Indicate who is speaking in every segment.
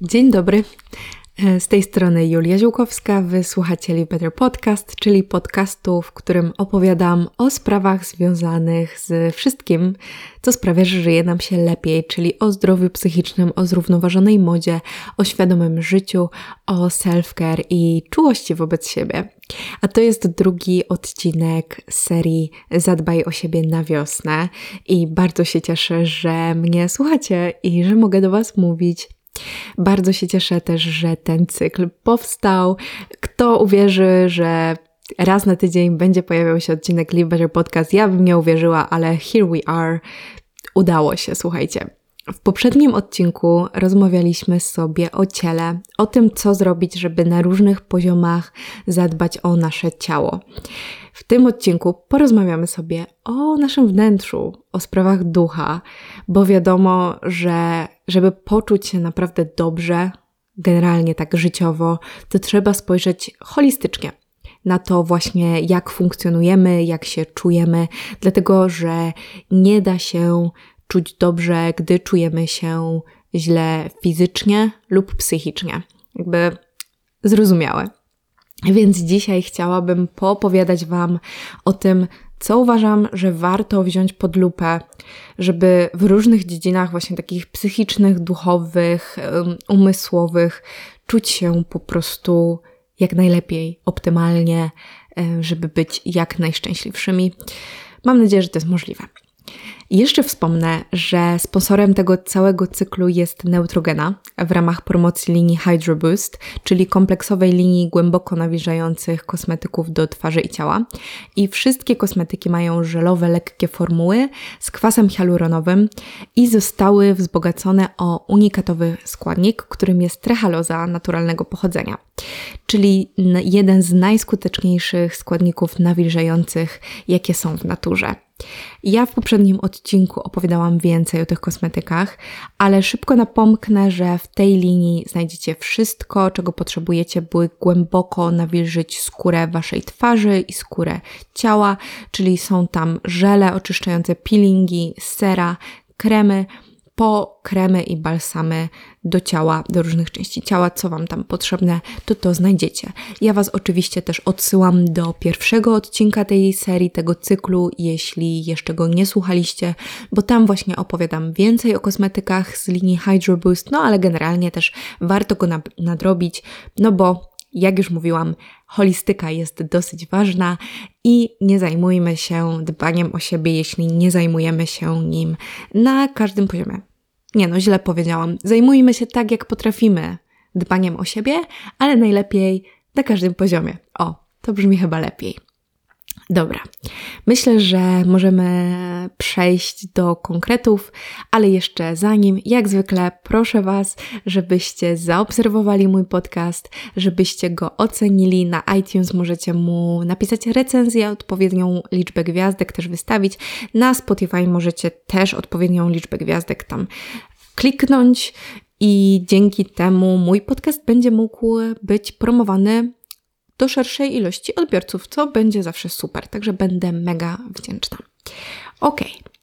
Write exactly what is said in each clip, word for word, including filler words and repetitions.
Speaker 1: Dzień dobry, z tej strony Julia Ziółkowska, wy słuchacie Live Better Podcast, czyli podcastu, w którym opowiadam o sprawach związanych z wszystkim, co sprawia, że żyje nam się lepiej, czyli o zdrowiu psychicznym, o zrównoważonej modzie, o świadomym życiu, o self-care i czułości wobec siebie. A to jest drugi odcinek serii Zadbaj o siebie na wiosnę i bardzo się cieszę, że mnie słuchacie i że mogę do Was mówić. Bardzo się cieszę też, że ten cykl powstał. Kto uwierzy, że raz na tydzień będzie pojawiał się odcinek Live Better Podcast? Ja bym nie uwierzyła, ale here we are. Udało się, słuchajcie. W poprzednim odcinku rozmawialiśmy sobie o ciele, o tym, co zrobić, żeby na różnych poziomach zadbać o nasze ciało. W tym odcinku porozmawiamy sobie o naszym wnętrzu, o sprawach ducha, bo wiadomo, że żeby poczuć się naprawdę dobrze, generalnie tak życiowo, to trzeba spojrzeć holistycznie na to właśnie, jak funkcjonujemy, jak się czujemy, dlatego że nie da się czuć dobrze, gdy czujemy się źle fizycznie lub psychicznie. Jakby zrozumiałe. Więc dzisiaj chciałabym poopowiadać Wam o tym, co uważam, że warto wziąć pod lupę, żeby w różnych dziedzinach właśnie takich psychicznych, duchowych, umysłowych czuć się po prostu jak najlepiej, optymalnie, żeby być jak najszczęśliwszymi. Mam nadzieję, że to jest możliwe. I jeszcze wspomnę, że sponsorem tego całego cyklu jest Neutrogena w ramach promocji linii Hydro Boost, czyli kompleksowej linii głęboko nawilżających kosmetyków do twarzy i ciała. I wszystkie kosmetyki mają żelowe, lekkie formuły z kwasem hialuronowym i zostały wzbogacone o unikatowy składnik, którym jest trehaloza naturalnego pochodzenia, czyli jeden z najskuteczniejszych składników nawilżających, jakie są w naturze. Ja w poprzednim odcinku opowiadałam więcej o tych kosmetykach, ale szybko napomknę, że w tej linii znajdziecie wszystko, czego potrzebujecie, by głęboko nawilżyć skórę Waszej twarzy i skórę ciała, czyli są tam żele oczyszczające, peelingi, sera, kremy, po kremy i balsamy do ciała, do różnych części ciała, co Wam tam potrzebne, to to znajdziecie. Ja Was oczywiście też odsyłam do pierwszego odcinka tej serii, tego cyklu, jeśli jeszcze go nie słuchaliście, bo tam właśnie opowiadam więcej o kosmetykach z linii Hydro Boost, no ale generalnie też warto go nadrobić, no bo jak już mówiłam, holistyka jest dosyć ważna i nie zajmujmy się dbaniem o siebie, jeśli nie zajmujemy się nim na każdym poziomie. Nie no, źle powiedziałam. Zajmujmy się tak, jak potrafimy dbaniem o siebie, ale najlepiej na każdym poziomie. O, to brzmi chyba lepiej. Dobra, myślę, że możemy przejść do konkretów, ale jeszcze zanim, jak zwykle proszę Was, żebyście zaobserwowali mój podcast, żebyście go ocenili. Na iTunes możecie mu napisać recenzję, odpowiednią liczbę gwiazdek też wystawić. Na Spotify możecie też odpowiednią liczbę gwiazdek tam kliknąć i dzięki temu mój podcast będzie mógł być promowany do szerszej ilości odbiorców, co będzie zawsze super, także będę mega wdzięczna. Ok.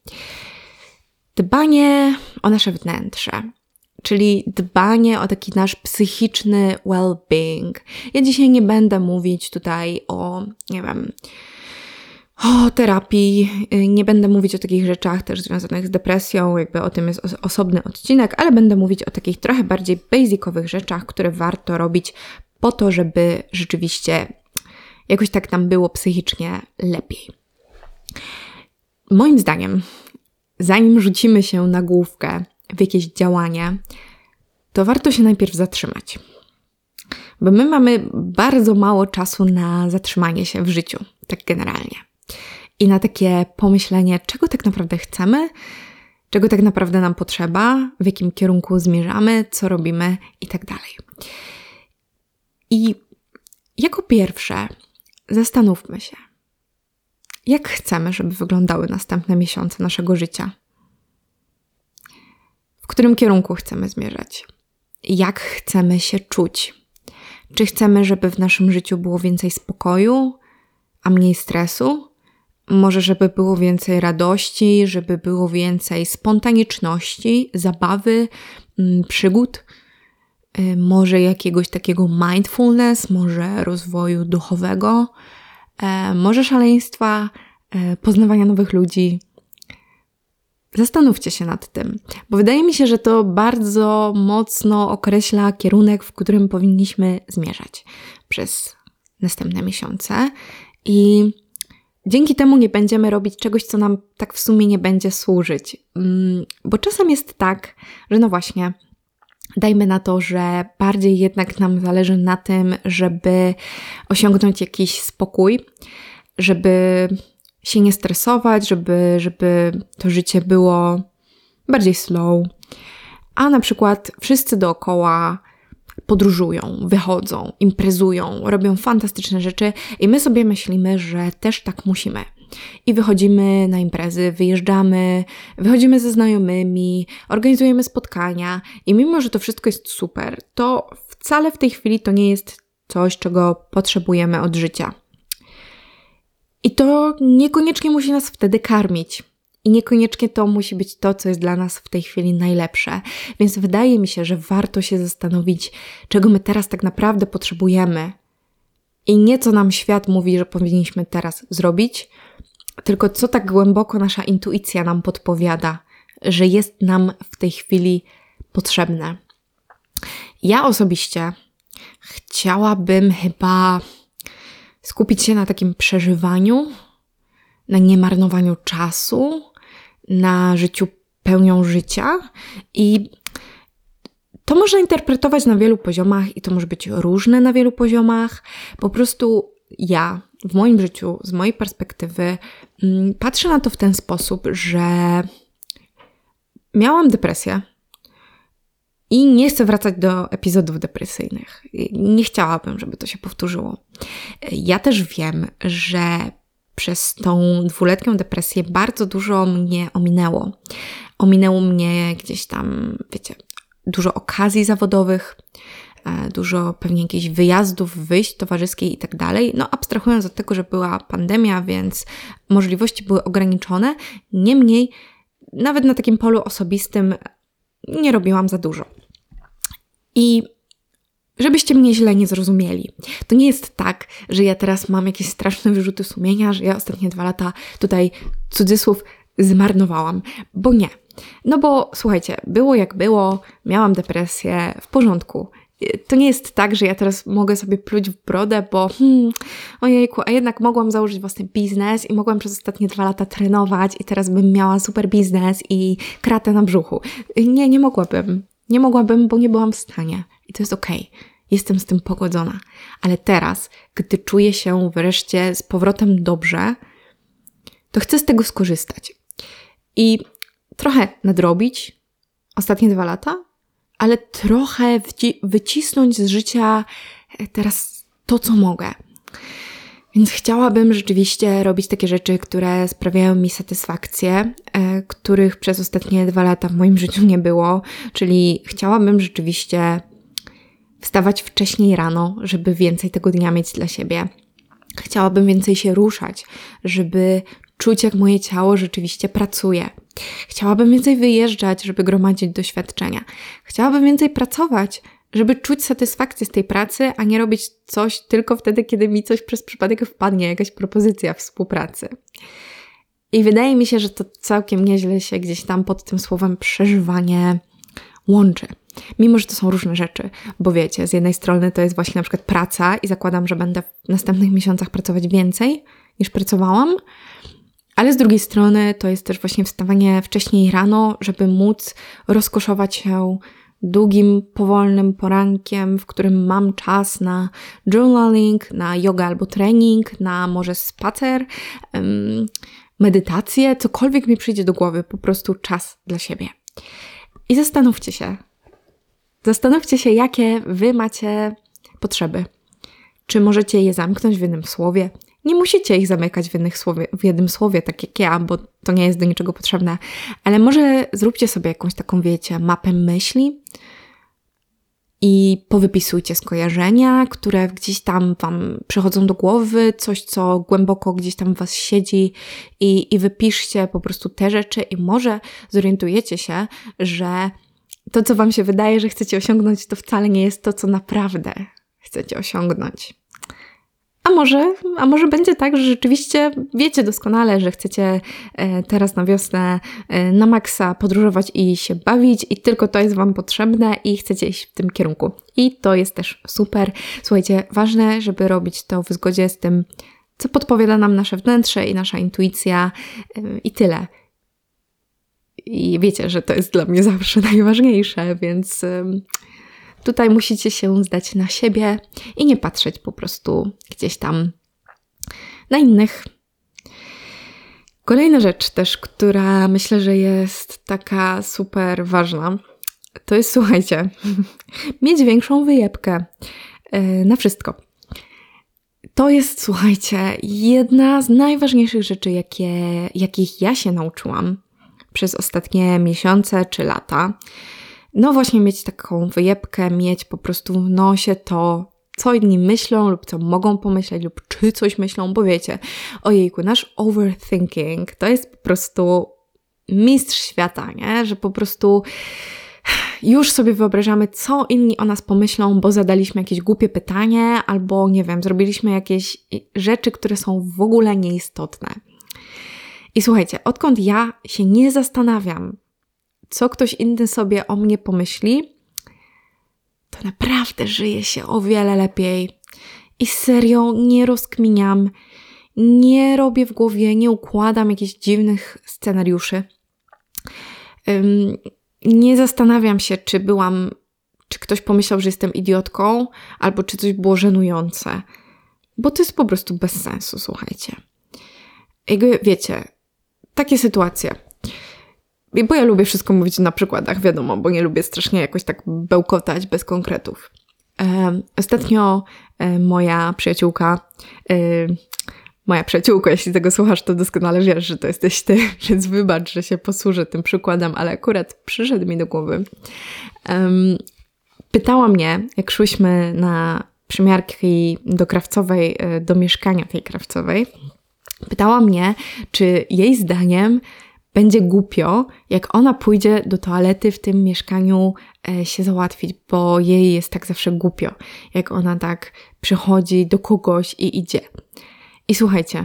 Speaker 1: Dbanie o nasze wnętrze, czyli dbanie o taki nasz psychiczny well-being. Ja dzisiaj nie będę mówić tutaj o, nie wiem, o terapii, nie będę mówić o takich rzeczach też związanych z depresją, jakby o tym jest osobny odcinek, ale będę mówić o takich trochę bardziej basicowych rzeczach, które warto robić po to, żeby rzeczywiście jakoś tak nam było psychicznie lepiej. Moim zdaniem, zanim rzucimy się na główkę w jakieś działanie, to warto się najpierw zatrzymać. Bo my mamy bardzo mało czasu na zatrzymanie się w życiu, tak generalnie. I na takie pomyślenie, czego tak naprawdę chcemy, czego tak naprawdę nam potrzeba, w jakim kierunku zmierzamy, co robimy i tak dalej. I jako pierwsze zastanówmy się, jak chcemy, żeby wyglądały następne miesiące naszego życia. W którym kierunku chcemy zmierzać? Jak chcemy się czuć? Czy chcemy, żeby w naszym życiu było więcej spokoju, a mniej stresu? Może żeby było więcej radości, żeby było więcej spontaniczności, zabawy, przygód? może jakiegoś takiego mindfulness, może rozwoju duchowego, może szaleństwa, poznawania nowych ludzi. Zastanówcie się nad tym, bo wydaje mi się, że to bardzo mocno określa kierunek, w którym powinniśmy zmierzać przez następne miesiące i dzięki temu nie będziemy robić czegoś, co nam tak w sumie nie będzie służyć. Bo czasem jest tak, że no właśnie, dajmy na to, że bardziej jednak nam zależy na tym, żeby osiągnąć jakiś spokój, żeby się nie stresować, żeby, żeby to życie było bardziej slow. A na przykład wszyscy dookoła podróżują, wychodzą, imprezują, robią fantastyczne rzeczy i my sobie myślimy, że też tak musimy. I wychodzimy na imprezy, wyjeżdżamy, wychodzimy ze znajomymi, organizujemy spotkania i mimo, że to wszystko jest super, to wcale w tej chwili to nie jest coś, czego potrzebujemy od życia. I to niekoniecznie musi nas wtedy karmić. I niekoniecznie to musi być to, co jest dla nas w tej chwili najlepsze. Więc wydaje mi się, że warto się zastanowić, czego my teraz tak naprawdę potrzebujemy. I nie co nam świat mówi, że powinniśmy teraz zrobić, tylko co tak głęboko nasza intuicja nam podpowiada, że jest nam w tej chwili potrzebne. Ja osobiście chciałabym chyba skupić się na takim przeżywaniu, na niemarnowaniu czasu, na życiu pełnią życia i to można interpretować na wielu poziomach i to może być różne na wielu poziomach. Po prostu ja w moim życiu, z mojej perspektywy patrzę na to w ten sposób, że miałam depresję i nie chcę wracać do epizodów depresyjnych. Nie chciałabym, żeby to się powtórzyło. Ja też wiem, że przez tą dwuletnią depresję bardzo dużo mnie ominęło. Ominęło mnie gdzieś tam, wiecie, dużo okazji zawodowych, dużo pewnie jakichś wyjazdów, wyjść towarzyskich i tak dalej. No abstrahując od tego, że była pandemia, więc możliwości były ograniczone. Niemniej nawet na takim polu osobistym nie robiłam za dużo. I żebyście mnie źle nie zrozumieli, to nie jest tak, że ja teraz mam jakieś straszne wyrzuty sumienia, że ja ostatnie dwa lata tutaj, cudzysłów, zmarnowałam, bo nie. No bo słuchajcie, było jak było, miałam depresję, w porządku. To nie jest tak, że ja teraz mogę sobie pluć w brodę, bo hmm, ojejku, a jednak mogłam założyć własny biznes i mogłam przez ostatnie dwa lata trenować i teraz bym miała super biznes i kratę na brzuchu. Nie, nie mogłabym. Nie mogłabym, bo nie byłam w stanie. I to jest okej. Jestem z tym pogodzona. Ale teraz, gdy czuję się wreszcie z powrotem dobrze, to chcę z tego skorzystać. I trochę nadrobić ostatnie dwa lata, ale trochę wci- wycisnąć z życia teraz to, co mogę. Więc chciałabym rzeczywiście robić takie rzeczy, które sprawiają mi satysfakcję, e, których przez ostatnie dwa lata w moim życiu nie było. Czyli chciałabym rzeczywiście wstawać wcześniej rano, żeby więcej tego dnia mieć dla siebie. Chciałabym więcej się ruszać, żeby czuć, jak moje ciało rzeczywiście pracuje. Chciałabym więcej wyjeżdżać, żeby gromadzić doświadczenia. Chciałabym więcej pracować, żeby czuć satysfakcję z tej pracy, a nie robić coś tylko wtedy, kiedy mi coś przez przypadek wpadnie, jakaś propozycja współpracy. I wydaje mi się, że to całkiem nieźle się gdzieś tam pod tym słowem przeżywanie łączy. Mimo że to są różne rzeczy, bo wiecie, z jednej strony to jest właśnie na przykład praca i zakładam, że będę w następnych miesiącach pracować więcej niż pracowałam, ale z drugiej strony to jest też właśnie wstawanie wcześniej rano, żeby móc rozkoszować się długim, powolnym porankiem, w którym mam czas na journaling, na yoga albo trening, na może spacer, um, medytację, cokolwiek mi przyjdzie do głowy, po prostu czas dla siebie. I zastanówcie się, zastanówcie się, jakie wy macie potrzeby. Czy możecie je zamknąć w jednym słowie? Nie musicie ich zamykać w, jednych słowie, w jednym słowie, tak jak ja, bo to nie jest do niczego potrzebne. Ale może zróbcie sobie jakąś taką, wiecie, mapę myśli i powypisujcie skojarzenia, które gdzieś tam wam przychodzą do głowy, coś, co głęboko gdzieś tam w was siedzi i, i wypiszcie po prostu te rzeczy i może zorientujecie się, że to, co wam się wydaje, że chcecie osiągnąć, to wcale nie jest to, co naprawdę chcecie osiągnąć. A może, a może będzie tak, że rzeczywiście wiecie doskonale, że chcecie teraz na wiosnę na maksa podróżować i się bawić i tylko to jest wam potrzebne i chcecie iść w tym kierunku. I to jest też super. Słuchajcie, ważne, żeby robić to w zgodzie z tym, co podpowiada nam nasze wnętrze i nasza intuicja i tyle. I wiecie, że to jest dla mnie zawsze najważniejsze, więc tutaj musicie się zdać na siebie i nie patrzeć po prostu gdzieś tam na innych. Kolejna rzecz też, która myślę, że jest taka super ważna, to jest, słuchajcie, mieć większą wyjebkę na wszystko. To jest, słuchajcie, jedna z najważniejszych rzeczy, jakie, jakich ja się nauczyłam przez ostatnie miesiące czy lata. No właśnie mieć taką wyjebkę, mieć po prostu w nosie to, co inni myślą lub co mogą pomyśleć lub czy coś myślą, bo wiecie, ojejku, nasz overthinking to jest po prostu mistrz świata, nie? Że po prostu już sobie wyobrażamy, co inni o nas pomyślą, bo zadaliśmy jakieś głupie pytanie albo, nie wiem, zrobiliśmy jakieś rzeczy, które są w ogóle nieistotne. I słuchajcie, odkąd ja się nie zastanawiam, co ktoś inny sobie o mnie pomyśli, to naprawdę żyje się o wiele lepiej. I serio nie rozkminiam, nie robię w głowie, nie układam jakichś dziwnych scenariuszy. Um, nie zastanawiam się, czy byłam, czy ktoś pomyślał, że jestem idiotką, albo czy coś było żenujące. Bo to jest po prostu bez sensu, słuchajcie. Jakby, wiecie, takie sytuacje. Bo ja lubię wszystko mówić na przykładach, wiadomo, bo nie lubię strasznie jakoś tak bełkotać bez konkretów. Um, ostatnio um, moja przyjaciółka, um, moja przyjaciółko, jeśli tego słuchasz, to doskonale wiesz, że to jesteś ty, więc wybacz, że się posłużę tym przykładem, ale akurat przyszedł mi do głowy. Um, pytała mnie, jak szłyśmy na przymiarki do krawcowej, do mieszkania tej krawcowej, pytała mnie, czy jej zdaniem będzie głupio, jak ona pójdzie do toalety w tym mieszkaniu e, się załatwić, bo jej jest tak zawsze głupio, jak ona tak przychodzi do kogoś i idzie. I słuchajcie,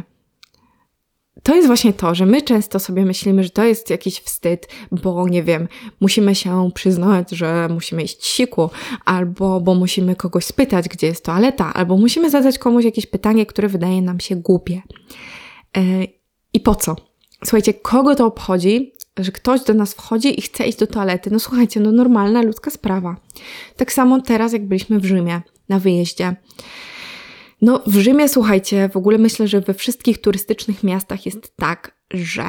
Speaker 1: to jest właśnie to, że my często sobie myślimy, że to jest jakiś wstyd, bo nie wiem, musimy się przyznać, że musimy iść siku, albo bo musimy kogoś spytać, gdzie jest toaleta, albo musimy zadać komuś jakieś pytanie, które wydaje nam się głupie. E, I po co? Słuchajcie, kogo to obchodzi, że ktoś do nas wchodzi i chce iść do toalety? No słuchajcie, no normalna ludzka sprawa. Tak samo teraz, jak byliśmy w Rzymie, na wyjeździe. No w Rzymie, słuchajcie, w ogóle myślę, że we wszystkich turystycznych miastach jest tak, że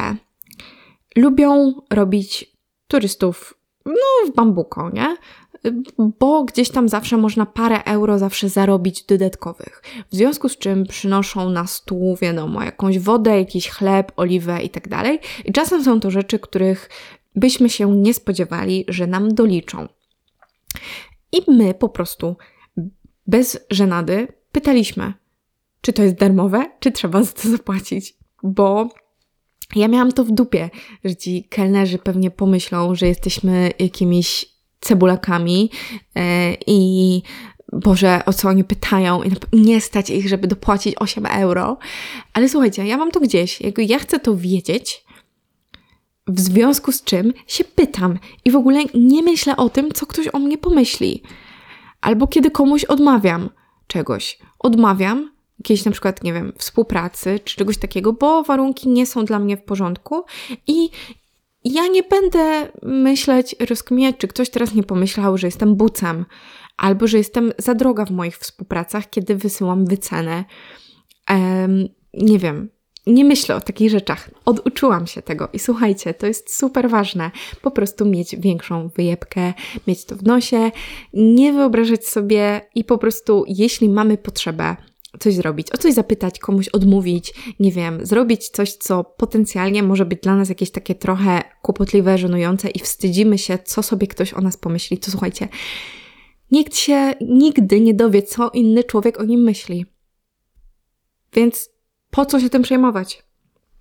Speaker 1: lubią robić turystów, no w bambuko, nie? Bo gdzieś tam zawsze można parę euro zawsze zarobić dodatkowych. W związku z czym przynoszą na stół, wiadomo, jakąś wodę, jakiś chleb, oliwę i tak dalej. I czasem są to rzeczy, których byśmy się nie spodziewali, że nam doliczą. I my po prostu bez żenady pytaliśmy, czy to jest darmowe, czy trzeba za to zapłacić. Bo ja miałam to w dupie, że ci kelnerzy pewnie pomyślą, że jesteśmy jakimiś cebulakami yy, i Boże, o co oni pytają i nie stać ich, żeby dopłacić osiem euro. Ale słuchajcie, ja mam to gdzieś, jakby ja chcę to wiedzieć, w związku z czym się pytam i w ogóle nie myślę o tym, co ktoś o mnie pomyśli. Albo kiedy komuś odmawiam czegoś. Odmawiam jakiejś na przykład, nie wiem, współpracy czy czegoś takiego, bo warunki nie są dla mnie w porządku i ja nie będę myśleć, rozkminiać, czy ktoś teraz nie pomyślał, że jestem bucem, albo że jestem za droga w moich współpracach, kiedy wysyłam wycenę. Um, nie wiem, nie myślę o takich rzeczach. Oduczyłam się tego i słuchajcie, to jest super ważne. Po prostu mieć większą wyjebkę, mieć to w nosie, nie wyobrażać sobie i po prostu, jeśli mamy potrzebę, coś zrobić, o coś zapytać, komuś odmówić, nie wiem, zrobić coś, co potencjalnie może być dla nas jakieś takie trochę kłopotliwe, żenujące i wstydzimy się, co sobie ktoś o nas pomyśli, to słuchajcie, nikt się nigdy nie dowie, co inny człowiek o nim myśli. Więc po co się tym przejmować?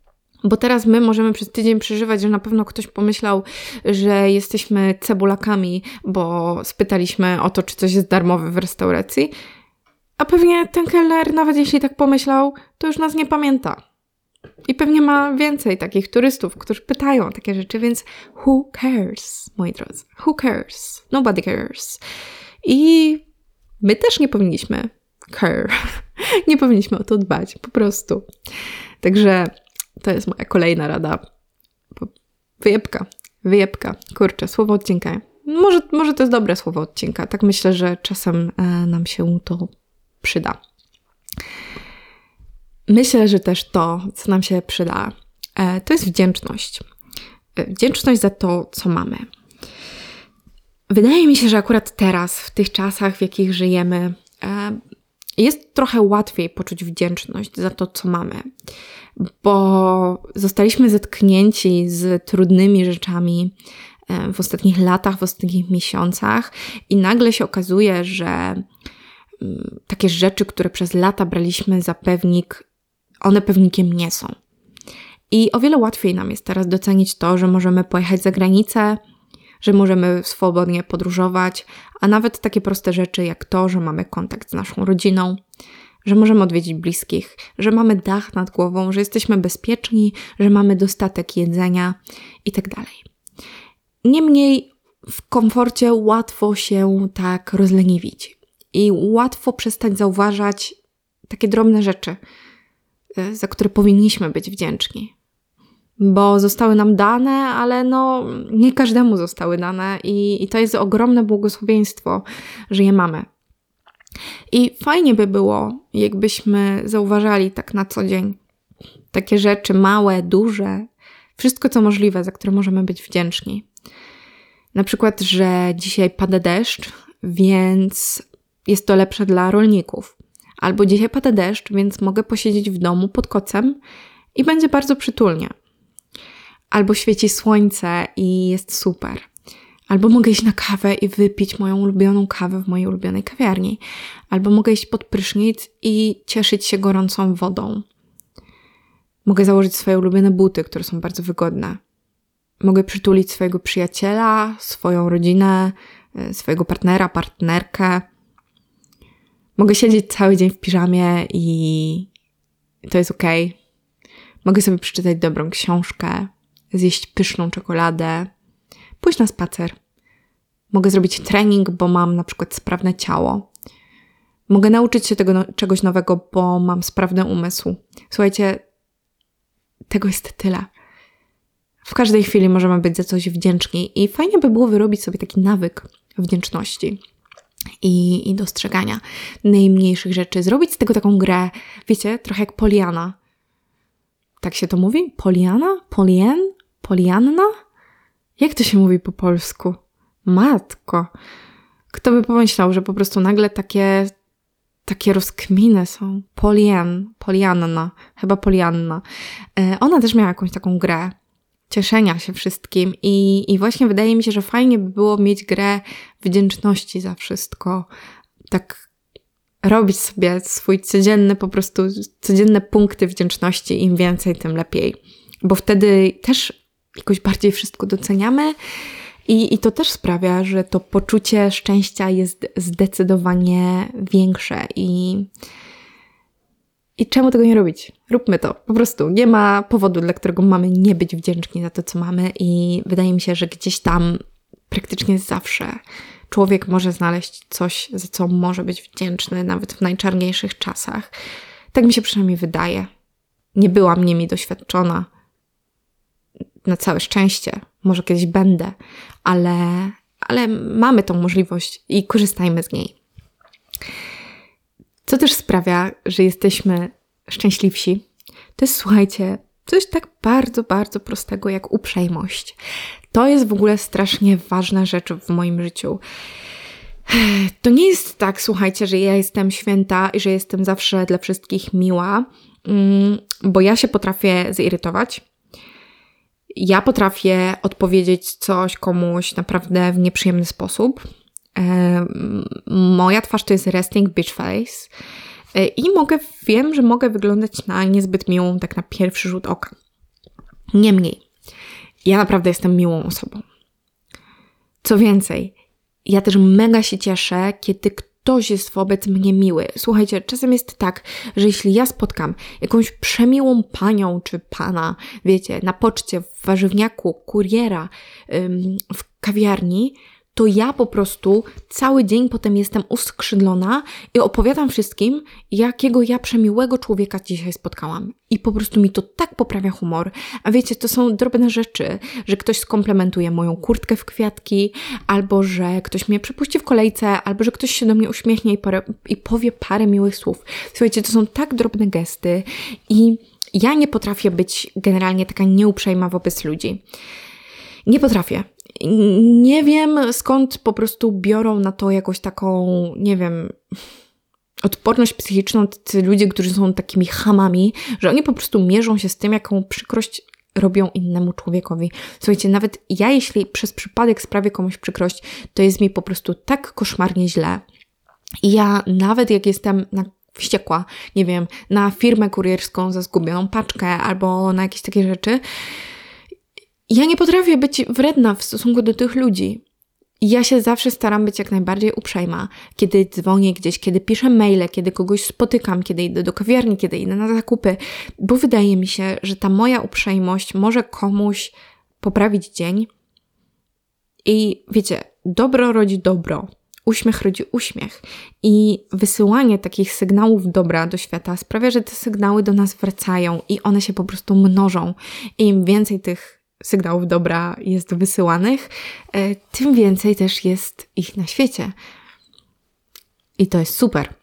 Speaker 1: Bo teraz my możemy przez tydzień przeżywać, że na pewno ktoś pomyślał, że jesteśmy cebulakami, bo spytaliśmy o to, czy coś jest darmowe w restauracji. A pewnie ten kelner, nawet jeśli tak pomyślał, to już nas nie pamięta. I pewnie ma więcej takich turystów, którzy pytają o takie rzeczy, więc who cares, moi drodzy? Who cares? Nobody cares. I my też nie powinniśmy care. Nie powinniśmy o to dbać, po prostu. Także to jest moja kolejna rada. Wyjebka, wyjebka. Kurczę, słowo odcinka. Może, może to jest dobre słowo odcinka. Tak myślę, że czasem e, nam się to przyda. Myślę, że też to, co nam się przyda, e, to jest wdzięczność. Wdzięczność za to, co mamy. Wydaje mi się, że akurat teraz, w tych czasach, w jakich żyjemy, e, jest trochę łatwiej poczuć wdzięczność za to, co mamy. Bo zostaliśmy zetknięci z trudnymi rzeczami w ostatnich latach, w ostatnich miesiącach i nagle się okazuje, że takie rzeczy, które przez lata braliśmy za pewnik, one pewnikiem nie są. I o wiele łatwiej nam jest teraz docenić to, że możemy pojechać za granicę, że możemy swobodnie podróżować, a nawet takie proste rzeczy jak to, że mamy kontakt z naszą rodziną, że możemy odwiedzić bliskich, że mamy dach nad głową, że jesteśmy bezpieczni, że mamy dostatek jedzenia i tak dalej. Niemniej w komforcie łatwo się tak rozleniwić i łatwo przestać zauważać takie drobne rzeczy, za które powinniśmy być wdzięczni. Bo zostały nam dane, ale no nie każdemu zostały dane i, i to jest ogromne błogosławieństwo, że je mamy. I fajnie by było, jakbyśmy zauważali tak na co dzień takie rzeczy małe, duże, wszystko co możliwe, za które możemy być wdzięczni. Na przykład, że dzisiaj pada deszcz, więc jest to lepsze dla rolników. Albo dzisiaj pada deszcz, więc mogę posiedzieć w domu pod kocem i będzie bardzo przytulnie. Albo świeci słońce i jest super. Albo mogę iść na kawę i wypić moją ulubioną kawę w mojej ulubionej kawiarni. Albo mogę iść pod prysznic i cieszyć się gorącą wodą. Mogę założyć swoje ulubione buty, które są bardzo wygodne. Mogę przytulić swojego przyjaciela, swoją rodzinę, swojego partnera, partnerkę. Mogę siedzieć cały dzień w piżamie i to jest okej. Mogę sobie przeczytać dobrą książkę, zjeść pyszną czekoladę, pójść na spacer. Mogę zrobić trening, bo mam na przykład sprawne ciało. Mogę nauczyć się tego no- czegoś nowego, bo mam sprawny umysł. Słuchajcie, tego jest tyle. W każdej chwili możemy być za coś wdzięczni i fajnie by było wyrobić sobie taki nawyk wdzięczności i, i dostrzegania najmniejszych rzeczy. Zrobić z tego taką grę, wiecie, trochę jak Poliana. Tak się to mówi? Poliana? Polien? Polianna? Jak to się mówi po polsku? Matko. Kto by pomyślał, że po prostu nagle takie, takie rozkminy są. Polien, Polianna, chyba Polianna. E, ona też miała jakąś taką grę cieszenia się wszystkim i, i właśnie wydaje mi się, że fajnie by było mieć grę wdzięczności za wszystko. Tak robić sobie swój codzienny, po prostu codzienne punkty wdzięczności. Im więcej, tym lepiej. Bo wtedy też jakoś bardziej wszystko doceniamy i, i to też sprawia, że to poczucie szczęścia jest zdecydowanie większe i, i czemu tego nie robić? Róbmy to. Po prostu nie ma powodu, dla którego mamy nie być wdzięczni za to, co mamy i wydaje mi się, że gdzieś tam praktycznie zawsze człowiek może znaleźć coś, za co może być wdzięczny, nawet w najczarniejszych czasach. Tak mi się przynajmniej wydaje. Nie byłam nimi doświadczona. Na całe szczęście. Może kiedyś będę. Ale, ale mamy tą możliwość i korzystajmy z niej. Co też sprawia, że jesteśmy szczęśliwsi, to jest, słuchajcie, coś tak bardzo, bardzo prostego jak uprzejmość. To jest w ogóle strasznie ważna rzecz w moim życiu. To nie jest tak, słuchajcie, że ja jestem święta i że jestem zawsze dla wszystkich miła, bo ja się potrafię zirytować. Ja potrafię odpowiedzieć coś komuś naprawdę w nieprzyjemny sposób. Moja twarz to jest resting bitch face i mogę, wiem, że mogę wyglądać na niezbyt miłą tak na pierwszy rzut oka. Niemniej, ja naprawdę jestem miłą osobą. Co więcej, ja też mega się cieszę, kiedy ktoś jest wobec mnie miły. Słuchajcie, czasem jest tak, że jeśli ja spotkam jakąś przemiłą panią czy pana, wiecie, na poczcie, w warzywniaku, kuriera, ym, w kawiarni, to ja po prostu cały dzień potem jestem uskrzydlona i opowiadam wszystkim, jakiego ja przemiłego człowieka dzisiaj spotkałam. I po prostu mi to tak poprawia humor. A wiecie, to są drobne rzeczy, że ktoś skomplementuje moją kurtkę w kwiatki, albo że ktoś mnie przepuści w kolejce, albo że ktoś się do mnie uśmiechnie i, parę, i powie parę miłych słów. Słuchajcie, to są tak drobne gesty i ja nie potrafię być generalnie taka nieuprzejma wobec ludzi. Nie potrafię. Nie wiem, skąd po prostu biorą na to jakąś taką, nie wiem, odporność psychiczną ci ludzie, którzy są takimi chamami, że oni po prostu mierzą się z tym, jaką przykrość robią innemu człowiekowi. Słuchajcie, nawet ja, jeśli przez przypadek sprawię komuś przykrość, to jest mi po prostu tak koszmarnie źle. I ja nawet jak jestem na wściekła, nie wiem, na firmę kurierską za zgubioną paczkę albo na jakieś takie rzeczy, ja nie potrafię być wredna w stosunku do tych ludzi. Ja się zawsze staram być jak najbardziej uprzejma, kiedy dzwonię gdzieś, kiedy piszę maile, kiedy kogoś spotykam, kiedy idę do kawiarni, kiedy idę na zakupy, bo wydaje mi się, że ta moja uprzejmość może komuś poprawić dzień. I wiecie, dobro rodzi dobro, uśmiech rodzi uśmiech. I wysyłanie takich sygnałów dobra do świata sprawia, że te sygnały do nas wracają i one się po prostu mnożą. I im więcej tych sygnałów dobra jest wysyłanych, tym więcej też jest ich na świecie. I to jest super.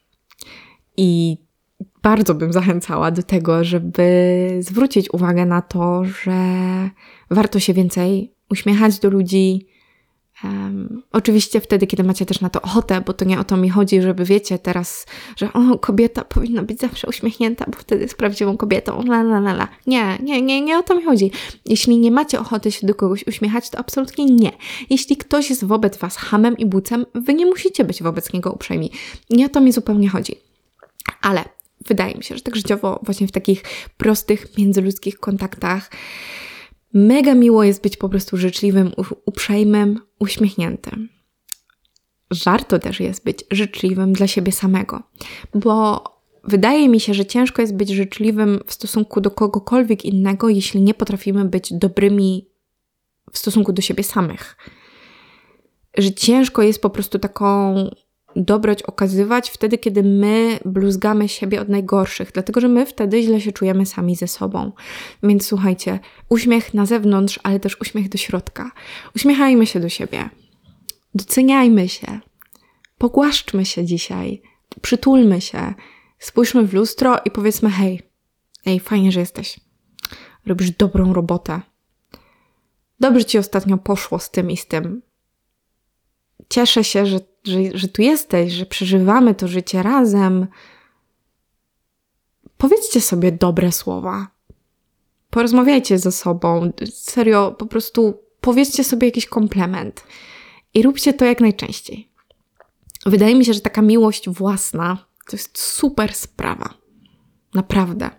Speaker 1: I bardzo bym zachęcała do tego, żeby zwrócić uwagę na to, że warto się więcej uśmiechać do ludzi. Um, oczywiście wtedy, kiedy macie też na to ochotę, bo to nie o to mi chodzi, żeby wiecie teraz, że o, kobieta powinna być zawsze uśmiechnięta, bo wtedy jest prawdziwą kobietą. La, la, la, la. Nie, nie, nie, nie o to mi chodzi. Jeśli nie macie ochoty się do kogoś uśmiechać, to absolutnie nie. Jeśli ktoś jest wobec was chamem i bucem, wy nie musicie być wobec niego uprzejmi. Nie o to mi zupełnie chodzi. Ale wydaje mi się, że tak życiowo właśnie w takich prostych, międzyludzkich kontaktach mega miło jest być po prostu życzliwym, uprzejmym, uśmiechniętym. Warto też jest być życzliwym dla siebie samego, bo wydaje mi się, że ciężko jest być życzliwym w stosunku do kogokolwiek innego, jeśli nie potrafimy być dobrymi w stosunku do siebie samych. Że ciężko jest po prostu taką dobroć okazywać wtedy, kiedy my bluzgamy siebie od najgorszych, dlatego że my wtedy źle się czujemy sami ze sobą. Więc słuchajcie, uśmiech na zewnątrz, ale też uśmiech do środka. Uśmiechajmy się do siebie. Doceniajmy się. Pogłaszczmy się dzisiaj. Przytulmy się. Spójrzmy w lustro i powiedzmy hej, ej, fajnie, że jesteś. Robisz dobrą robotę. Dobrze ci ostatnio poszło z tym i z tym. Cieszę się, że, że, że tu jesteś, że przeżywamy to życie razem. Powiedzcie sobie dobre słowa. Porozmawiajcie ze sobą. Serio, po prostu powiedzcie sobie jakiś komplement. I róbcie to jak najczęściej. Wydaje mi się, że taka miłość własna to jest super sprawa. Naprawdę.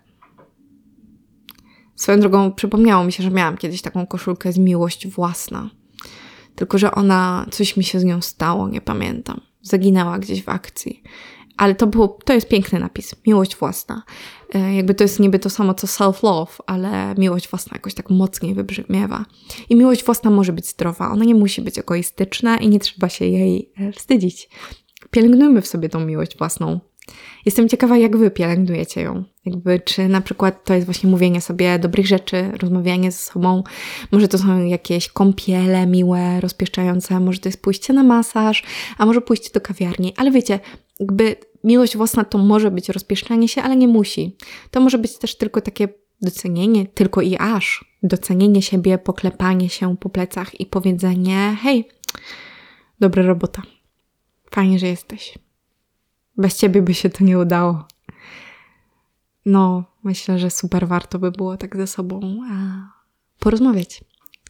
Speaker 1: Swoją drogą przypomniało mi się, że miałam kiedyś taką koszulkę z miłość własna. Tylko że ona, coś mi się z nią stało, nie pamiętam. Zaginęła gdzieś w akcji. Ale to było, to jest piękny napis. Miłość własna. E, jakby to jest niby to samo co self-love, ale miłość własna jakoś tak mocniej wybrzmiewa. I miłość własna może być zdrowa. Ona nie musi być egoistyczna i nie trzeba się jej wstydzić. Pielęgnujmy w sobie tą miłość własną. Jestem ciekawa, jak wy pielęgnujecie ją. Jakby, czy na przykład to jest właśnie mówienie sobie dobrych rzeczy, rozmawianie ze sobą. Może to są jakieś kąpiele miłe, rozpieszczające, może to jest pójście na masaż, a może pójście do kawiarni. Ale wiecie, jakby miłość własna to może być rozpieszczanie się, ale nie musi. To może być też tylko takie docenienie, tylko i aż. Docenienie siebie, poklepanie się po plecach i powiedzenie hej, dobra robota. Fajnie, że jesteś. Bez ciebie by się to nie udało. No, myślę, że super warto by było tak ze sobą a, porozmawiać.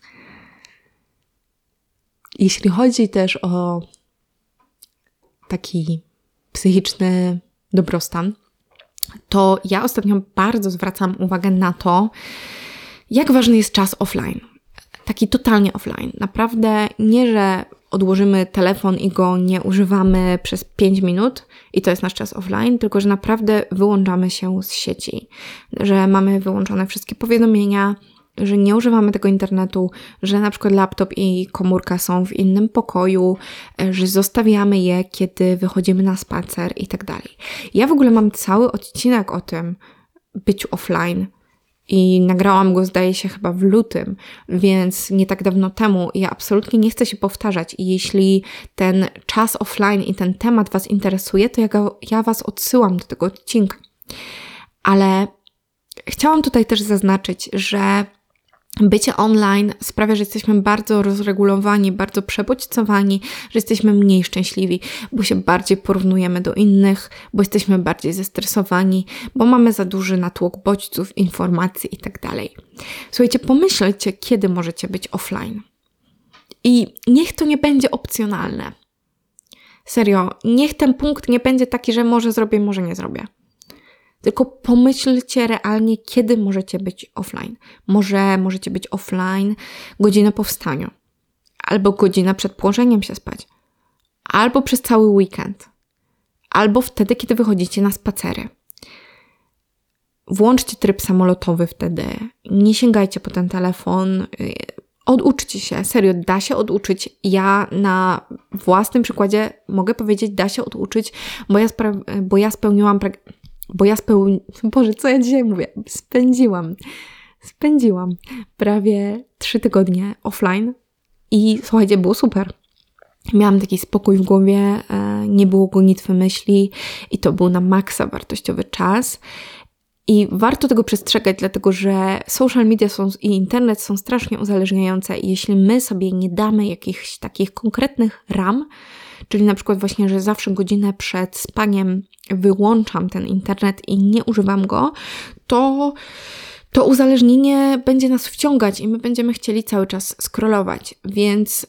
Speaker 1: Jeśli chodzi też o taki psychiczny dobrostan, to ja ostatnio bardzo zwracam uwagę na to, Jak ważny jest czas offline? Taki totalnie offline. Naprawdę nie, że odłożymy telefon i go nie używamy przez pięć minut i to jest nasz czas offline, tylko że naprawdę wyłączamy się z sieci, że mamy wyłączone wszystkie powiadomienia, że nie używamy tego internetu, że na przykład laptop i komórka są w innym pokoju, że zostawiamy je, kiedy wychodzimy na spacer i tak dalej. Ja w ogóle mam cały odcinek o tym byciu offline i nagrałam go, zdaje się, chyba w lutym, więc nie tak dawno temu. Ja absolutnie nie chcę się powtarzać i jeśli ten czas offline i ten temat Was interesuje, to ja, go, ja Was odsyłam do tego odcinka. Ale chciałam tutaj też zaznaczyć, że bycie online sprawia, że jesteśmy bardzo rozregulowani, bardzo przebodźcowani, że jesteśmy mniej szczęśliwi, bo się bardziej porównujemy do innych, bo jesteśmy bardziej zestresowani, bo mamy za duży natłok bodźców, informacji i tak dalej. Słuchajcie, pomyślcie, kiedy możecie być offline. I niech to nie będzie opcjonalne. Serio, niech ten punkt nie będzie taki, że może zrobię, może nie zrobię. Tylko pomyślcie realnie, kiedy możecie być offline. Może możecie być offline godzinę po wstaniu, albo godzinę przed położeniem się spać, albo przez cały weekend, albo wtedy, kiedy wychodzicie na spacery. Włączcie tryb samolotowy wtedy, nie sięgajcie po ten telefon, oduczcie się, serio, da się oduczyć. Ja na własnym przykładzie mogę powiedzieć, da się oduczyć, bo ja, spra- bo ja spełniłam... Pra- Bo ja spełniłam, Boże, co ja dzisiaj mówię? Spędziłam, spędziłam prawie trzy tygodnie offline i słuchajcie, było super. Miałam taki spokój w głowie, nie było gonitwy myśli i to był na maksa wartościowy czas. I warto tego przestrzegać, dlatego że social media są, i internet są strasznie uzależniające i jeśli my sobie nie damy jakichś takich konkretnych ram, czyli na przykład właśnie, że zawsze godzinę przed spaniem wyłączam ten internet i nie używam go, to to uzależnienie będzie nas wciągać i my będziemy chcieli cały czas scrollować, więc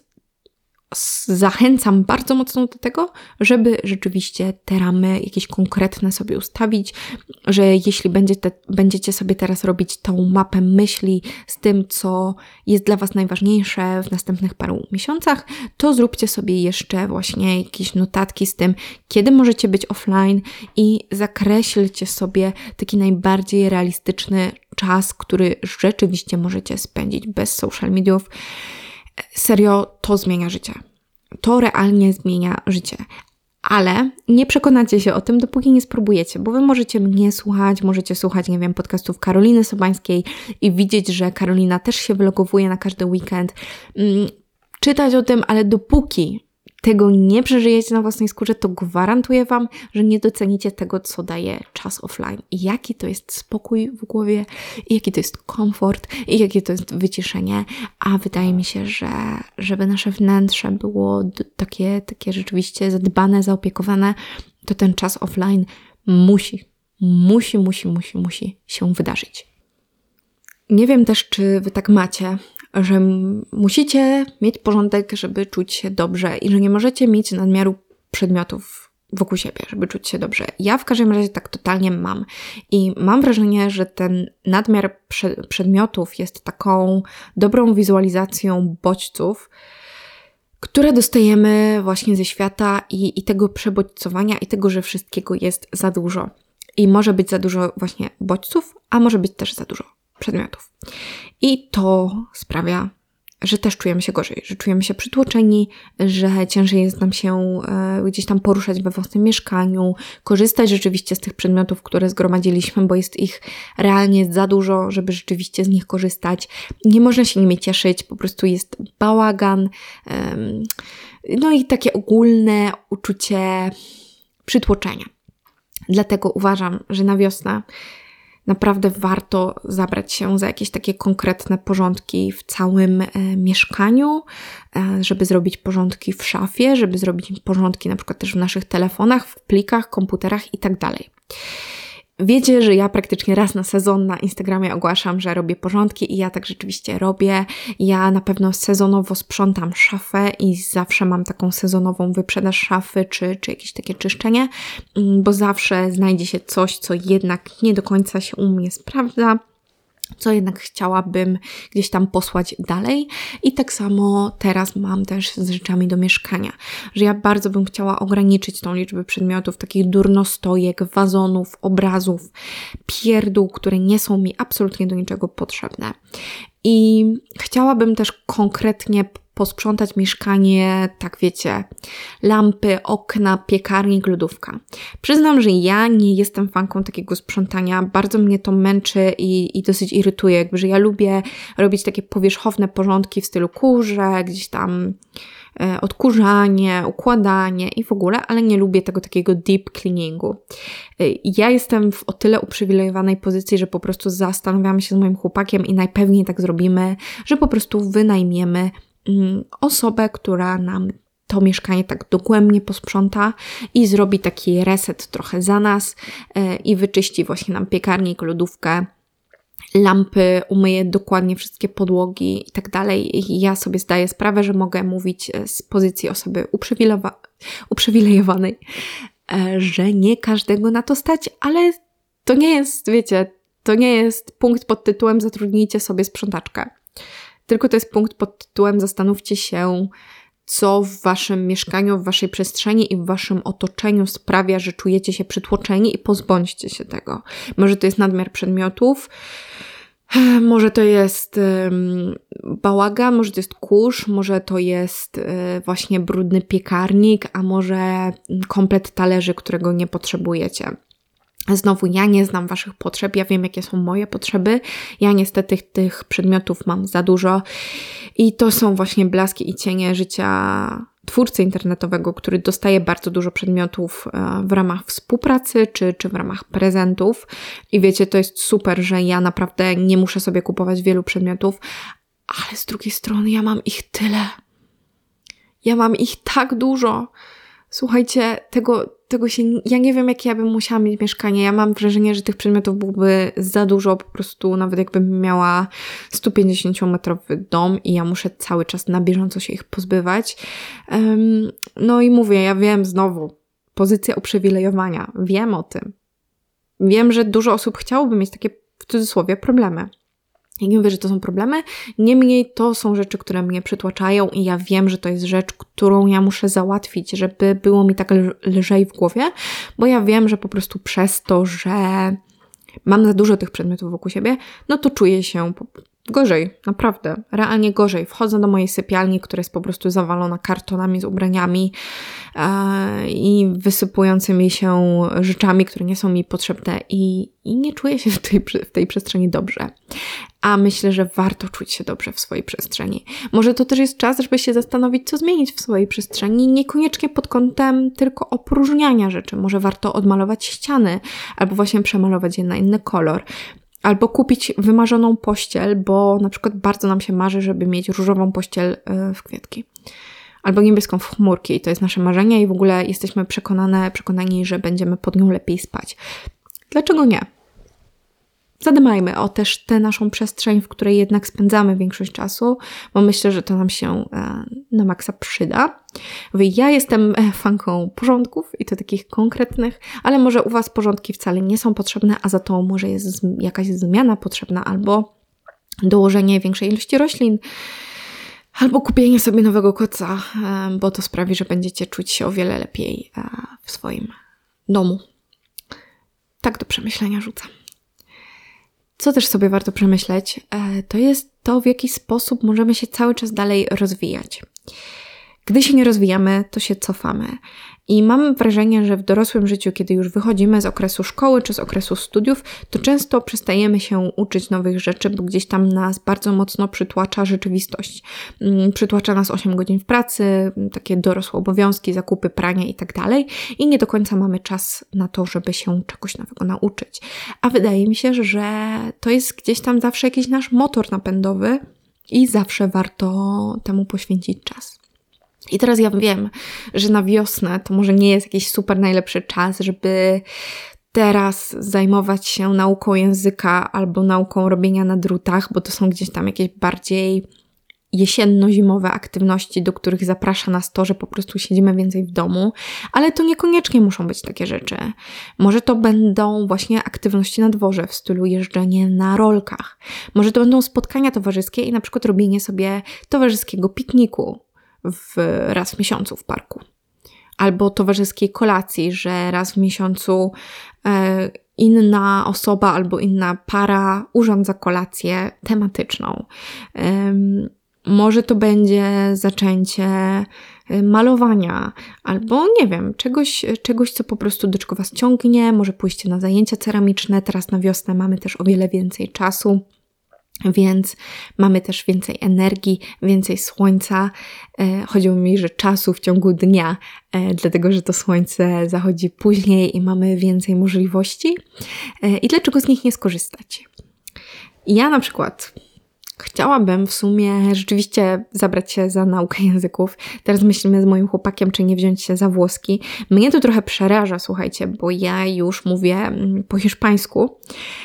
Speaker 1: zachęcam bardzo mocno do tego, żeby rzeczywiście te ramy jakieś konkretne sobie ustawić, że jeśli będziecie, będziecie sobie teraz robić tą mapę myśli z tym, co jest dla Was najważniejsze w następnych paru miesiącach, to zróbcie sobie jeszcze właśnie jakieś notatki z tym, kiedy możecie być offline i zakreślcie sobie taki najbardziej realistyczny czas, który rzeczywiście możecie spędzić bez social mediów. Serio, to zmienia życie. To realnie zmienia życie. Ale nie przekonacie się o tym, dopóki nie spróbujecie, bo Wy możecie mnie słuchać, możecie słuchać, nie wiem, podcastów Karoliny Sobańskiej i widzieć, że Karolina też się wylogowuje na każdy weekend, czytać o tym, ale dopóki tego nie przeżyjecie na własnej skórze, to gwarantuję Wam, że nie docenicie tego, co daje czas offline i jaki to jest spokój w głowie, i jaki to jest komfort, i jakie to jest wyciszenie, a wydaje mi się, że żeby nasze wnętrze było takie, takie rzeczywiście zadbane, zaopiekowane, to ten czas offline musi, musi, musi, musi, musi się wydarzyć. Nie wiem też, czy Wy tak macie, że musicie mieć porządek, żeby czuć się dobrze i że nie możecie mieć nadmiaru przedmiotów wokół siebie, żeby czuć się dobrze. Ja w każdym razie tak totalnie mam i mam wrażenie, że ten nadmiar prze- przedmiotów jest taką dobrą wizualizacją bodźców, które dostajemy właśnie ze świata i, i tego przebodźcowania i tego, że wszystkiego jest za dużo. I może być za dużo właśnie bodźców, a może być też za dużo przedmiotów. I to sprawia, że też czujemy się gorzej, że czujemy się przytłoczeni, że ciężej jest nam się e, gdzieś tam poruszać we własnym mieszkaniu, korzystać rzeczywiście z tych przedmiotów, które zgromadziliśmy, bo jest ich realnie za dużo, żeby rzeczywiście z nich korzystać. Nie można się nimi cieszyć, po prostu jest bałagan. E, no i takie ogólne uczucie przytłoczenia. Dlatego uważam, że na wiosnę naprawdę warto zabrać się za jakieś takie konkretne porządki w całym e, mieszkaniu, e, żeby zrobić porządki w szafie, żeby zrobić porządki na przykład też w naszych telefonach, w plikach, komputerach i tak dalej. Wiecie, że ja praktycznie raz na sezon na Instagramie ogłaszam, że robię porządki i ja tak rzeczywiście robię. Ja na pewno sezonowo sprzątam szafę i zawsze mam taką sezonową wyprzedaż szafy czy, czy jakieś takie czyszczenie, bo zawsze znajdzie się coś, co jednak nie do końca się u mnie sprawdza. co jednak chciałabym gdzieś tam posłać dalej. I tak samo teraz mam też z rzeczami do mieszkania, że ja bardzo bym chciała ograniczyć tą liczbę przedmiotów, takich durnostojek, wazonów, obrazów, pierdół, które nie są mi absolutnie do niczego potrzebne. I chciałabym też konkretnie posprzątać mieszkanie, tak wiecie, lampy, okna, piekarnik, lodówka. Przyznam, że ja nie jestem fanką takiego sprzątania, bardzo mnie to męczy i, i dosyć irytuje, jakby, że ja lubię robić takie powierzchowne porządki w stylu kurze, gdzieś tam e, odkurzanie, układanie i w ogóle, ale nie lubię tego takiego deep cleaningu. E, ja jestem w o tyle uprzywilejowanej pozycji, że po prostu zastanawiamy się z moim chłopakiem i najpewniej tak zrobimy, że po prostu wynajmiemy osobę, która nam to mieszkanie tak dogłębnie posprząta i zrobi taki reset trochę za nas yy, i wyczyści właśnie nam piekarnik, lodówkę, lampy, umyje dokładnie wszystkie podłogi i tak dalej. I ja sobie zdaję sprawę, że mogę mówić z pozycji osoby uprzywilejowa- uprzywilejowanej, yy, że nie każdego na to stać, ale to nie jest, wiecie, to nie jest punkt pod tytułem zatrudnijcie sobie sprzątaczkę. Tylko to jest punkt pod tytułem zastanówcie się, co w waszym mieszkaniu, w waszej przestrzeni i w waszym otoczeniu sprawia, że czujecie się przytłoczeni i pozbądźcie się tego. Może to jest nadmiar przedmiotów, może to jest um, bałagan, może to jest kurz, może to jest y, właśnie brudny piekarnik, a może komplet talerzy, którego nie potrzebujecie. Znowu, ja nie znam waszych potrzeb, ja wiem, jakie są moje potrzeby. Ja niestety tych przedmiotów mam za dużo i to są właśnie blaski i cienie życia twórcy internetowego, który dostaje bardzo dużo przedmiotów w ramach współpracy czy, czy w ramach prezentów. I wiecie, to jest super, że ja naprawdę nie muszę sobie kupować wielu przedmiotów, ale z drugiej strony ja mam ich tyle. Ja mam ich tak dużo. Słuchajcie, tego, tego się, ja nie wiem, jakie ja bym musiała mieć mieszkanie. Ja mam wrażenie, że tych przedmiotów byłoby za dużo, po prostu nawet jakbym miała sto pięćdziesięciometrowy dom i ja muszę cały czas na bieżąco się ich pozbywać. Um, no i mówię, ja wiem znowu, pozycja uprzywilejowania, wiem o tym. Wiem, że dużo osób chciałoby mieć takie, w cudzysłowie, problemy. Ja nie mówię, że to są problemy, niemniej to są rzeczy, które mnie przytłaczają i ja wiem, że to jest rzecz, którą ja muszę załatwić, żeby było mi tak lżej w głowie, bo ja wiem, że po prostu przez to, że mam za dużo tych przedmiotów wokół siebie, no to czuję się gorzej, naprawdę, realnie gorzej. Wchodzę do mojej sypialni, która jest po prostu zawalona kartonami z ubraniami yy, i wysypującymi się rzeczami, które nie są mi potrzebne i, i nie czuję się w tej, w tej przestrzeni dobrze. A myślę, że warto czuć się dobrze w swojej przestrzeni. Może to też jest czas, żeby się zastanowić, co zmienić w swojej przestrzeni, niekoniecznie pod kątem tylko opróżniania rzeczy. Może warto odmalować ściany, albo właśnie przemalować je na inny kolor. Albo kupić wymarzoną pościel, bo na przykład bardzo nam się marzy, żeby mieć różową pościel w kwiatki. Albo niebieską w chmurki. I to jest nasze marzenie i w ogóle jesteśmy przekonane, przekonani, że będziemy pod nią lepiej spać. Dlaczego nie? Zadbajmy o też tę naszą przestrzeń, w której jednak spędzamy większość czasu, bo myślę, że to nam się e, na maksa przyda. Ja jestem fanką porządków i to takich konkretnych, ale może u was porządki wcale nie są potrzebne, a za to może jest jakaś zmiana potrzebna albo dołożenie większej ilości roślin, albo kupienie sobie nowego koca, e, bo to sprawi, że będziecie czuć się o wiele lepiej e, w swoim domu. Tak do przemyślenia rzucam. Co też sobie warto przemyśleć, to jest to, w jaki sposób możemy się cały czas dalej rozwijać. Gdy się nie rozwijamy, to się cofamy. I mam wrażenie, że w dorosłym życiu, kiedy już wychodzimy z okresu szkoły czy z okresu studiów, to często przestajemy się uczyć nowych rzeczy, bo gdzieś tam nas bardzo mocno przytłacza rzeczywistość. Przytłacza nas osiem godzin w pracy, takie dorosłe obowiązki, zakupy, pranie i tak dalej. I nie do końca mamy czas na to, żeby się czegoś nowego nauczyć. A wydaje mi się, że to jest gdzieś tam zawsze jakiś nasz motor napędowy i zawsze warto temu poświęcić czas. I teraz ja wiem, że na wiosnę to może nie jest jakiś super najlepszy czas, żeby teraz zajmować się nauką języka albo nauką robienia na drutach, bo to są gdzieś tam jakieś bardziej jesienno-zimowe aktywności, do których zaprasza nas to, że po prostu siedzimy więcej w domu, ale to niekoniecznie muszą być takie rzeczy. Może to będą właśnie aktywności na dworze w stylu jeżdżenie na rolkach. Może to będą spotkania towarzyskie i na przykład robienie sobie towarzyskiego pikniku w, raz w miesiącu w parku. Albo towarzyskiej kolacji, że raz w miesiącu e, inna osoba albo inna para urządza kolację tematyczną. E, może to będzie zaczęcie malowania albo nie wiem, czegoś, czegoś, co po prostu do czego Was ciągnie, może pójście na zajęcia ceramiczne. Teraz na wiosnę mamy też o wiele więcej czasu, więc mamy też więcej energii, więcej słońca. Chodziło mi, że czasu w ciągu dnia, dlatego że to słońce zachodzi później i mamy więcej możliwości. I dlaczego z nich nie skorzystać? Ja na przykład chciałabym w sumie rzeczywiście zabrać się za naukę języków. Teraz myślimy z moim chłopakiem, czy nie wziąć się za włoski. Mnie to trochę przeraża, słuchajcie, bo ja już mówię po hiszpańsku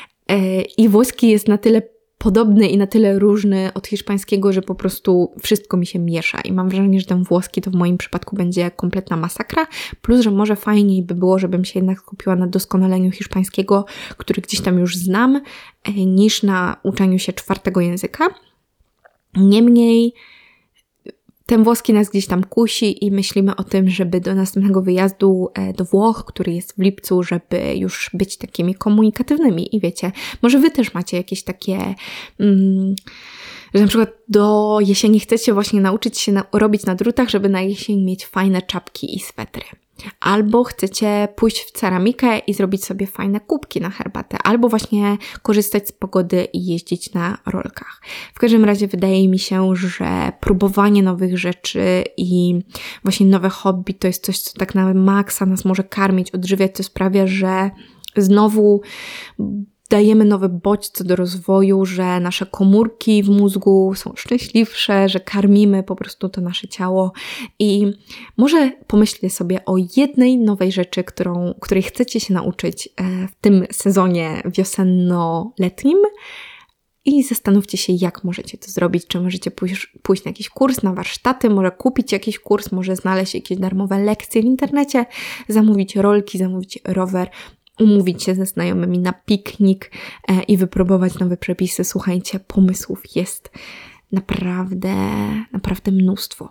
Speaker 1: i włoski jest na tyle podobny i na tyle różny od hiszpańskiego, że po prostu wszystko mi się miesza i mam wrażenie, że ten włoski to w moim przypadku będzie kompletna masakra, plus, że może fajniej by było, żebym się jednak skupiła na doskonaleniu hiszpańskiego, który gdzieś tam już znam, niż na uczeniu się czwartego języka. Niemniej ten włoski nas gdzieś tam kusi i myślimy o tym, żeby do następnego wyjazdu do Włoch, który jest w lipcu, żeby już być takimi komunikatywnymi. I wiecie, może Wy też macie jakieś takie, mm, że na przykład do jesieni chcecie właśnie nauczyć się na, robić na drutach, żeby na jesień mieć fajne czapki i swetry. Albo chcecie pójść w ceramikę i zrobić sobie fajne kubki na herbatę, albo właśnie korzystać z pogody i jeździć na rolkach. W każdym razie wydaje mi się, że próbowanie nowych rzeczy i właśnie nowe hobby to jest coś, co tak na maksa nas może karmić, odżywiać, co sprawia, że znowu dajemy nowy bodźce do rozwoju, że nasze komórki w mózgu są szczęśliwsze, że karmimy po prostu to nasze ciało i może pomyślcie sobie o jednej nowej rzeczy, którą, której chcecie się nauczyć w tym sezonie wiosenno-letnim i zastanówcie się, jak możecie to zrobić. Czy możecie pójść, pójść na jakiś kurs, na warsztaty, może kupić jakiś kurs, może znaleźć jakieś darmowe lekcje w internecie, zamówić rolki, zamówić rower, umówić się ze znajomymi na piknik e, i wypróbować nowe przepisy. Słuchajcie, pomysłów jest naprawdę, naprawdę mnóstwo.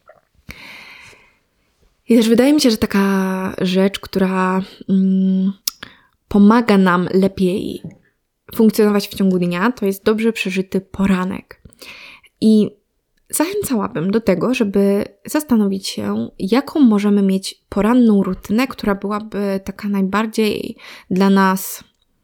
Speaker 1: I też wydaje mi się, że taka rzecz, która mm, pomaga nam lepiej funkcjonować w ciągu dnia, to jest dobrze przeżyty poranek. I zachęcałabym do tego, żeby zastanowić się, jaką możemy mieć poranną rutynę, która byłaby taka najbardziej dla nas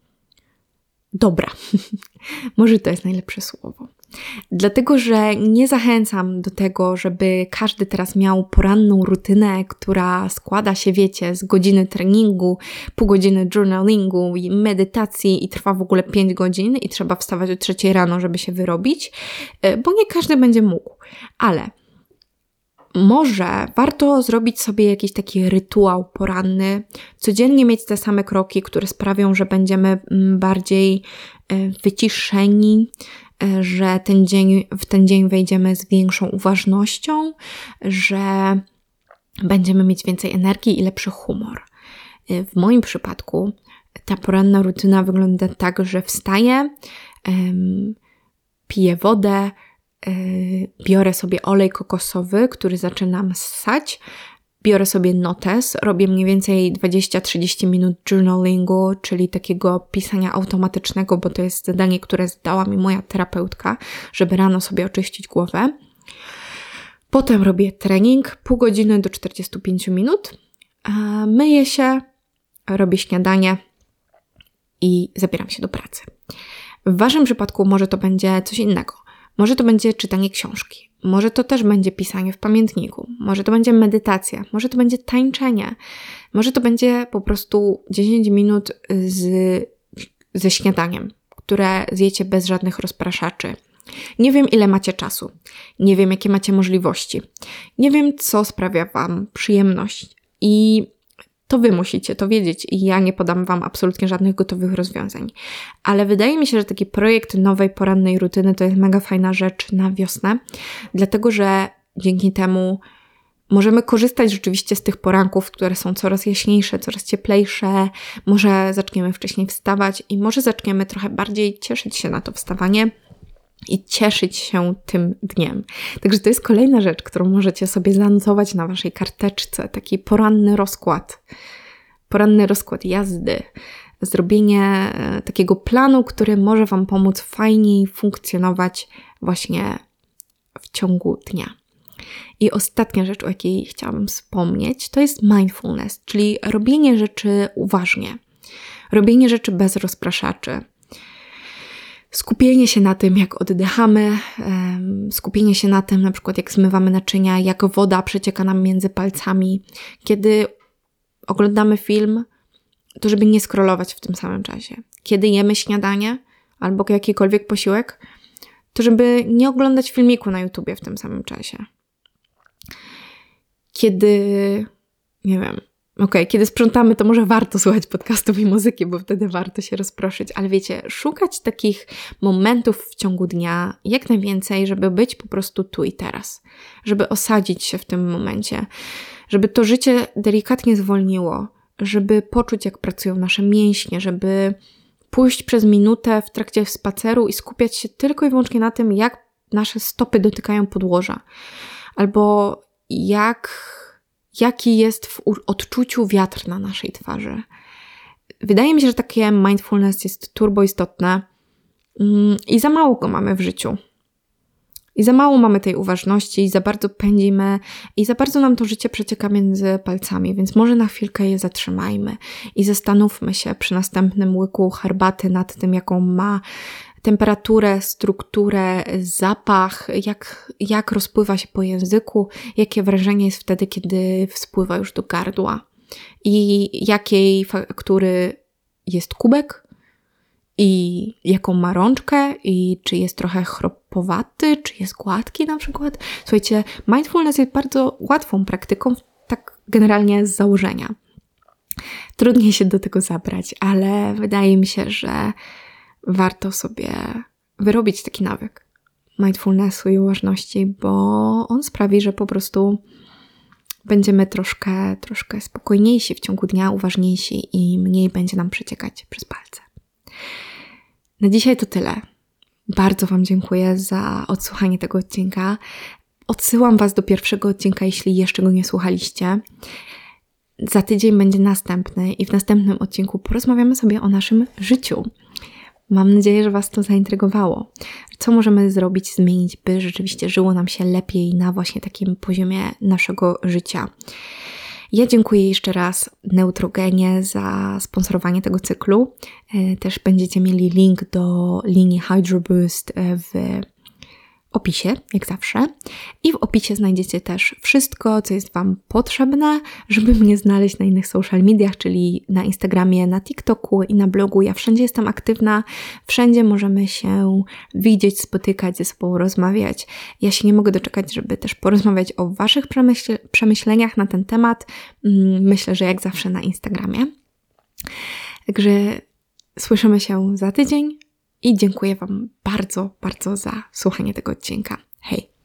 Speaker 1: dobra. Może to jest najlepsze słowo. Dlatego, że nie zachęcam do tego, żeby każdy teraz miał poranną rutynę, która składa się, wiecie, z godziny treningu, pół godziny journalingu i medytacji i trwa w ogóle pięć godzin i trzeba wstawać o trzeciej rano, żeby się wyrobić, bo nie każdy będzie mógł. Ale może warto zrobić sobie jakiś taki rytuał poranny, codziennie mieć te same kroki, które sprawią, że będziemy bardziej wyciszeni, że ten dzień, w ten dzień wejdziemy z większą uważnością, że będziemy mieć więcej energii i lepszy humor. W moim przypadku ta poranna rutyna wygląda tak, że wstaję, um, piję wodę, biorę sobie olej kokosowy, który zaczynam ssać, biorę sobie notes, robię mniej więcej dwadzieścia do trzydziestu minut journalingu, czyli takiego pisania automatycznego, bo to jest zadanie, które zdała mi moja terapeutka, żeby rano sobie oczyścić głowę. Potem robię trening, pół godziny do czterdziestu pięciu minut, myję się, robię śniadanie i zabieram się do pracy. W Waszym przypadku może to będzie coś innego. Może to będzie czytanie książki, może to też będzie pisanie w pamiętniku, może to będzie medytacja, może to będzie tańczenie, może to będzie po prostu dziesięć minut z, ze śniadaniem, które zjecie bez żadnych rozpraszaczy. Nie wiem, ile macie czasu, nie wiem, jakie macie możliwości, nie wiem, co sprawia Wam przyjemność i to Wy musicie to wiedzieć i ja nie podam Wam absolutnie żadnych gotowych rozwiązań. Ale wydaje mi się, że taki projekt nowej porannej rutyny to jest mega fajna rzecz na wiosnę, dlatego że dzięki temu możemy korzystać rzeczywiście z tych poranków, które są coraz jaśniejsze, coraz cieplejsze. Może zaczniemy wcześniej wstawać i może zaczniemy trochę bardziej cieszyć się na to wstawanie i cieszyć się tym dniem. Także to jest kolejna rzecz, którą możecie sobie zanotować na Waszej karteczce. Taki poranny rozkład. Poranny rozkład jazdy. Zrobienie takiego planu, który może Wam pomóc fajniej funkcjonować właśnie w ciągu dnia. I ostatnia rzecz, o jakiej chciałabym wspomnieć, to jest mindfulness, czyli robienie rzeczy uważnie. Robienie rzeczy bez rozpraszaczy. Skupienie się na tym, jak oddychamy, skupienie się na tym, na przykład jak zmywamy naczynia, jak woda przecieka nam między palcami. Kiedy oglądamy film, to żeby nie scrollować w tym samym czasie. Kiedy jemy śniadanie albo jakikolwiek posiłek, to żeby nie oglądać filmiku na YouTubie w tym samym czasie. Kiedy, nie wiem, okej, okay, kiedy sprzątamy, to może warto słuchać podcastów i muzyki, bo wtedy warto się rozproszyć, ale wiecie, szukać takich momentów w ciągu dnia jak najwięcej, żeby być po prostu tu i teraz, żeby osadzić się w tym momencie, żeby to życie delikatnie zwolniło, żeby poczuć, jak pracują nasze mięśnie, żeby pójść przez minutę w trakcie spaceru i skupiać się tylko i wyłącznie na tym, jak nasze stopy dotykają podłoża, albo jak, jaki jest w odczuciu wiatr na naszej twarzy. Wydaje mi się, że takie mindfulness jest turbo istotne i za mało go mamy w życiu. I za mało mamy tej uważności, i za bardzo pędzimy, i za bardzo nam to życie przecieka między palcami, więc może na chwilkę je zatrzymajmy i zastanówmy się przy następnym łyku herbaty nad tym, jaką ma temperaturę, strukturę, zapach, jak, jak rozpływa się po języku, jakie wrażenie jest wtedy, kiedy spływa już do gardła i jakiej faktury jest kubek i jaką ma rączkę i czy jest trochę chropowaty, czy jest gładki na przykład. Słuchajcie, mindfulness jest bardzo łatwą praktyką, tak generalnie z założenia. Trudniej się do tego zabrać, ale wydaje mi się, że warto sobie wyrobić taki nawyk mindfulnessu i uważności, bo on sprawi, że po prostu będziemy troszkę, troszkę spokojniejsi w ciągu dnia, uważniejsi i mniej będzie nam przeciekać przez palce. Na dzisiaj to tyle. Bardzo Wam dziękuję za odsłuchanie tego odcinka. Odsyłam Was do pierwszego odcinka, jeśli jeszcze go nie słuchaliście. Za tydzień będzie następny i w następnym odcinku porozmawiamy sobie o naszym życiu. Mam nadzieję, że Was to zaintrygowało. Co możemy zrobić, zmienić, by rzeczywiście żyło nam się lepiej na właśnie takim poziomie naszego życia. Ja dziękuję jeszcze raz Neutrogenie za sponsorowanie tego cyklu. Też będziecie mieli link do linii Hydro Boost w opisie, jak zawsze. I w opisie znajdziecie też wszystko, co jest Wam potrzebne, żeby mnie znaleźć na innych social mediach, czyli na Instagramie, na TikToku i na blogu. Ja wszędzie jestem aktywna, wszędzie możemy się widzieć, spotykać, ze sobą rozmawiać. Ja się nie mogę doczekać, żeby też porozmawiać o Waszych przemyśl- przemyśleniach na ten temat. Myślę, że jak zawsze na Instagramie. Także słyszymy się za tydzień. I dziękuję Wam bardzo, bardzo za słuchanie tego odcinka. Hej!